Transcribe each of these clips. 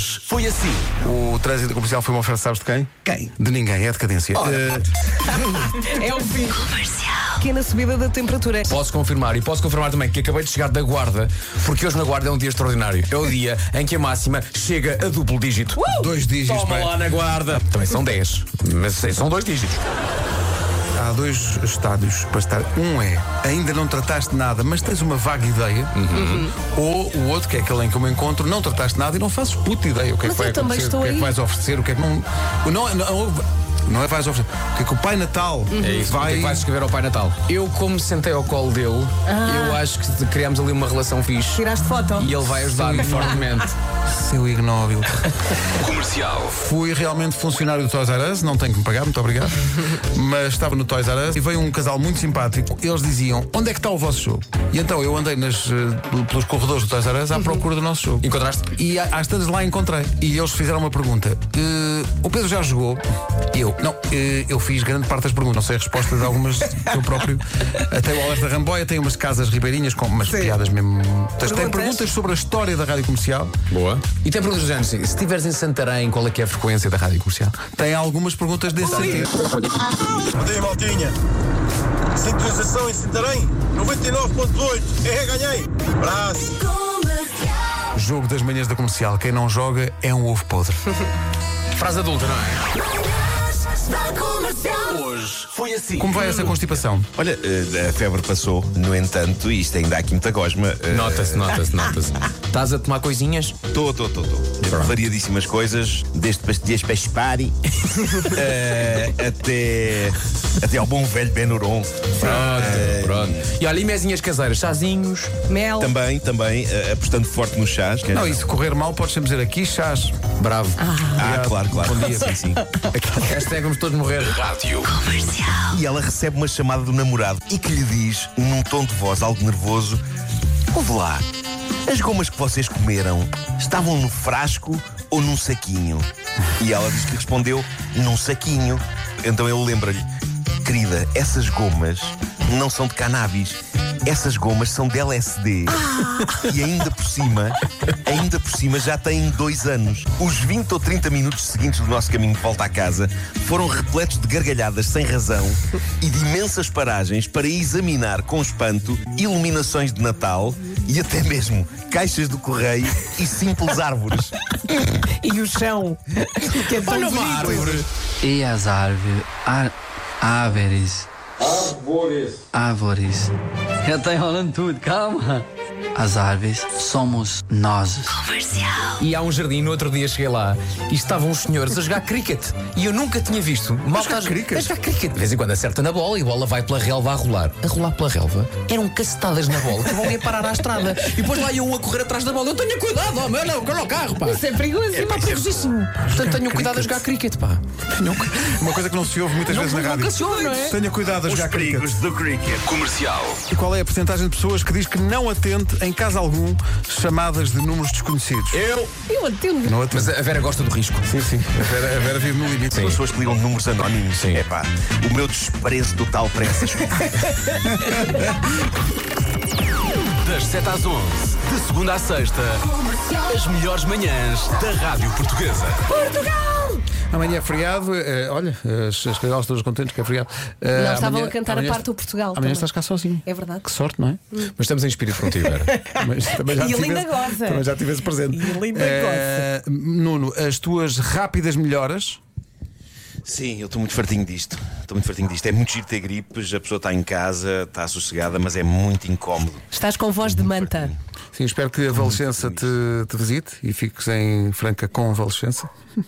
Hoje foi assim. O trânsito comercial foi uma oferta, sabes de quem? Quem? De ninguém, é decadência. É o fim. Pequena subida da temperatura. Posso confirmar, e posso confirmar também que acabei de chegar da Guarda, porque hoje na Guarda é um dia extraordinário. É o dia em que a máxima chega a duplo dígito. 2 dígitos. Toma lá na Guarda. Também são 10, mas são 2 dígitos. Há 2 estádios para estar. Um é, ainda não trataste nada, mas tens uma vaga ideia. Ou o outro, que é aquele em que eu me encontro, não trataste nada e não fazes puta ideia. O que é que Mas vai eu também acontecer, estou o que é que aí. vais oferecer, o que é que não. Não é vais oferecer. O que é que o Pai Natal É isso, o que é que vais escrever ao Pai Natal? Eu, como sentei ao colo dele, eu acho que criámos ali uma relação fixe. Tiraste foto. E ele vai ajudar-me fortemente. Seu ignóbil. Comercial. Fui realmente funcionário do Toys R Us, não tenho que me pagar, muito obrigado. Mas estava no Toys R Us e veio um casal muito simpático. Eles diziam: onde é que está o vosso jogo? E então eu andei pelos corredores do Toys R Us à procura do nosso jogo. Encontraste? E às tantas lá encontrei. E eles fizeram uma pergunta: o Pedro já jogou? E eu: não, eu fiz grande parte das perguntas. Não sei a resposta de algumas que eu próprio. Até o Alerta Ramboia tem umas casas ribeirinhas com umas piadas mesmo. Tem perguntas sobre a história da rádio comercial. Boa. E tem perguntas do género assim: se estiveres em Santarém, qual é que é a frequência da rádio comercial? Tem algumas perguntas desse sentido. Bom dia, maltinha. Sintonização em Santarém, 99.8. Ganhei. Abraço. Jogo das manhãs da comercial. Quem não joga é um ovo podre. Frase adulta, não é? Hoje foi assim. Como vai essa constipação? Olha, a febre passou, no entanto, isto ainda há aqui muita gosma. Nota-se. Estás a tomar coisinhas? Estou. Variadíssimas coisas, desde pastilhas para espari até ao bom velho Benuron. Pronto. E olha, e mesinhas caseiras, chazinhos. Mel. Também, apostando forte nos chás. Não, e se correr mal, podes sempre dizer aqui chás. Bravo. Claro. Bom dia. Sim. Hashtag vamos todos morrer. Rádio. E ela recebe uma chamada do namorado e que lhe diz, num tom de voz algo nervoso: ouve lá, as gomas que vocês comeram estavam no frasco ou num saquinho? E ela diz que respondeu: num saquinho. Então ele lembra-lhe: querida, essas gomas não são de cannabis. Essas gomas são de LSD. E ainda por cima já têm 2 anos. Os 20 ou 30 minutos seguintes do nosso caminho de volta à casa foram repletos de gargalhadas sem razão e de imensas paragens para examinar com espanto iluminações de Natal e até mesmo caixas do correio e simples árvores. E o chão. Que é tão Olha uma bonito. árvore. E as árvores. Árvores. Já está enrolando tudo, calma. As árvores somos nós. E há um jardim, no outro dia cheguei lá e estavam os senhores a jogar cricket. E eu nunca tinha visto. Mal jogar cricket? A jogar cricket. De vez em quando acerta na bola e a bola vai pela relva a rolar. A rolar pela relva eram cacetadas na bola que vão ir parar à estrada. E depois lá iam a correr atrás da bola. Eu tenha cuidado, oh, meu, não, quero o carro, pá. Isso é perigoso. É perigosíssimo. Portanto, tenham cuidado a jogar cricket, pá. Uma coisa que não se ouve muitas vezes na rádio. Nunca se ouve, não é? Tenha cuidado a jogar cricket. Perigos do cricket. Comercial. E qual é a porcentagem de pessoas que diz que não atende, em caso algum, chamadas de números desconhecidos? Eu atendo. Não atende. Mas a Vera gosta do risco. Sim. A Vera vive no limite. As pessoas que ligam de números anónimos. Sim. Epá, o meu desprezo total para essas coisas. Das 7 às 11. De segunda à sexta. As melhores manhãs da Rádio Portuguesa. Amanhã é feriado. Olha, as cadelas todas contentes que é feriado. Não estavam a cantar a parte do Portugal. Amanhã também. estás cá sozinho. É verdade. Que sorte, não é? Mas estamos em espírito contigo, Vera. Mas também já E a tive Linda esse- goza. Também já tive esse presente. E a Linda goza. Nuno, as tuas rápidas melhoras. Sim, eu estou muito fartinho disto. É muito giro ter gripes, a pessoa está em casa, está sossegada, mas é muito incómodo. Estás com voz de manta. Sim, espero que a Valescença te visite e fiques em franca convalescença.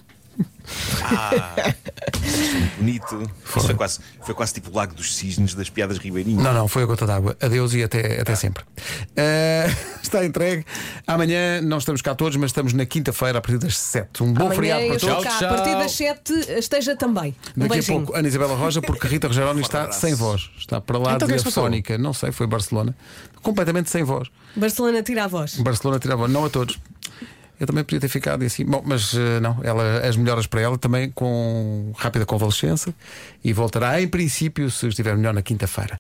Bonito. Isso foi quase tipo o Lago dos Cisnes das piadas ribeirinhas. Não, foi a gota d'água. Adeus e até sempre. Está entregue. Amanhã não estamos cá todos, mas estamos na quinta-feira a partir das 7. Um bom Amanhã feriado eu para estou todos. cá. Tchau. A partir das 7 esteja também. Um Daqui a beijinho. pouco, Ana Isabela Roja, porque Rita Rogeroni está abraço. sem voz. Está para lá Então, o que é de que se passou? afónica. Não sei, foi Barcelona. Completamente sem voz. Barcelona tira a voz. Barcelona tira a voz. Não a todos. Eu também podia ter ficado e assim. Bom, mas não, as melhoras para ela também com rápida convalescença e voltará em princípio, se estiver melhor, na quinta-feira.